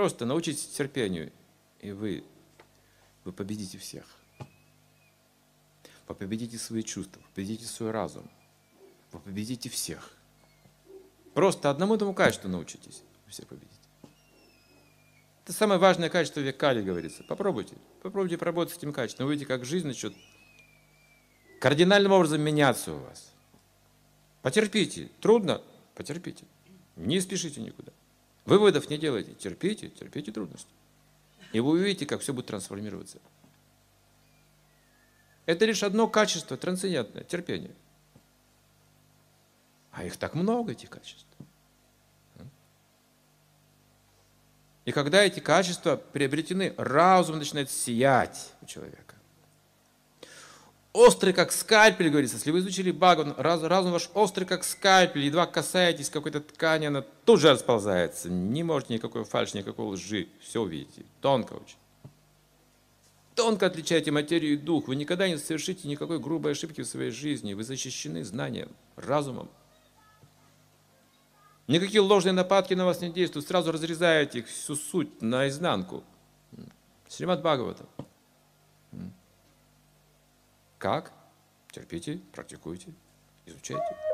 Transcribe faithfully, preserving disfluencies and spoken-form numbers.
Просто научитесь терпению, и вы, вы победите всех. Вы победите свои чувства, победите свой разум. Вы победите всех. Просто одному этому качеству научитесь, вы все победите. Это самое важное качество в Кали, говорится. Попробуйте. Попробуйте поработать с этим качеством. Вы увидите, как жизнь начнет кардинальным образом меняться у вас. Потерпите. Трудно? Потерпите. Не спешите никуда. Выводов не делайте. Терпите, терпите трудности. И вы увидите, как все будет трансформироваться. Это лишь одно качество трансцендентное – терпение. А их так много, этих качеств. И когда эти качества приобретены, разум начинает сиять у человека. Острый, как скальпель, говорится, если вы изучили Бхагаван, разум ваш острый, как скальпель, едва касаетесь какой-то ткани, она тут же расползается. Не можете никакой фальши, никакой лжи. Все увидите. Тонко очень. Тонко отличаете материю и дух. Вы никогда не совершите никакой грубой ошибки в своей жизни. Вы защищены знанием, разумом. Никакие ложные нападки на вас не действуют. Сразу разрезаете их всю суть наизнанку. Шримад Бхагаватам. Как? Терпите, практикуйте, изучайте.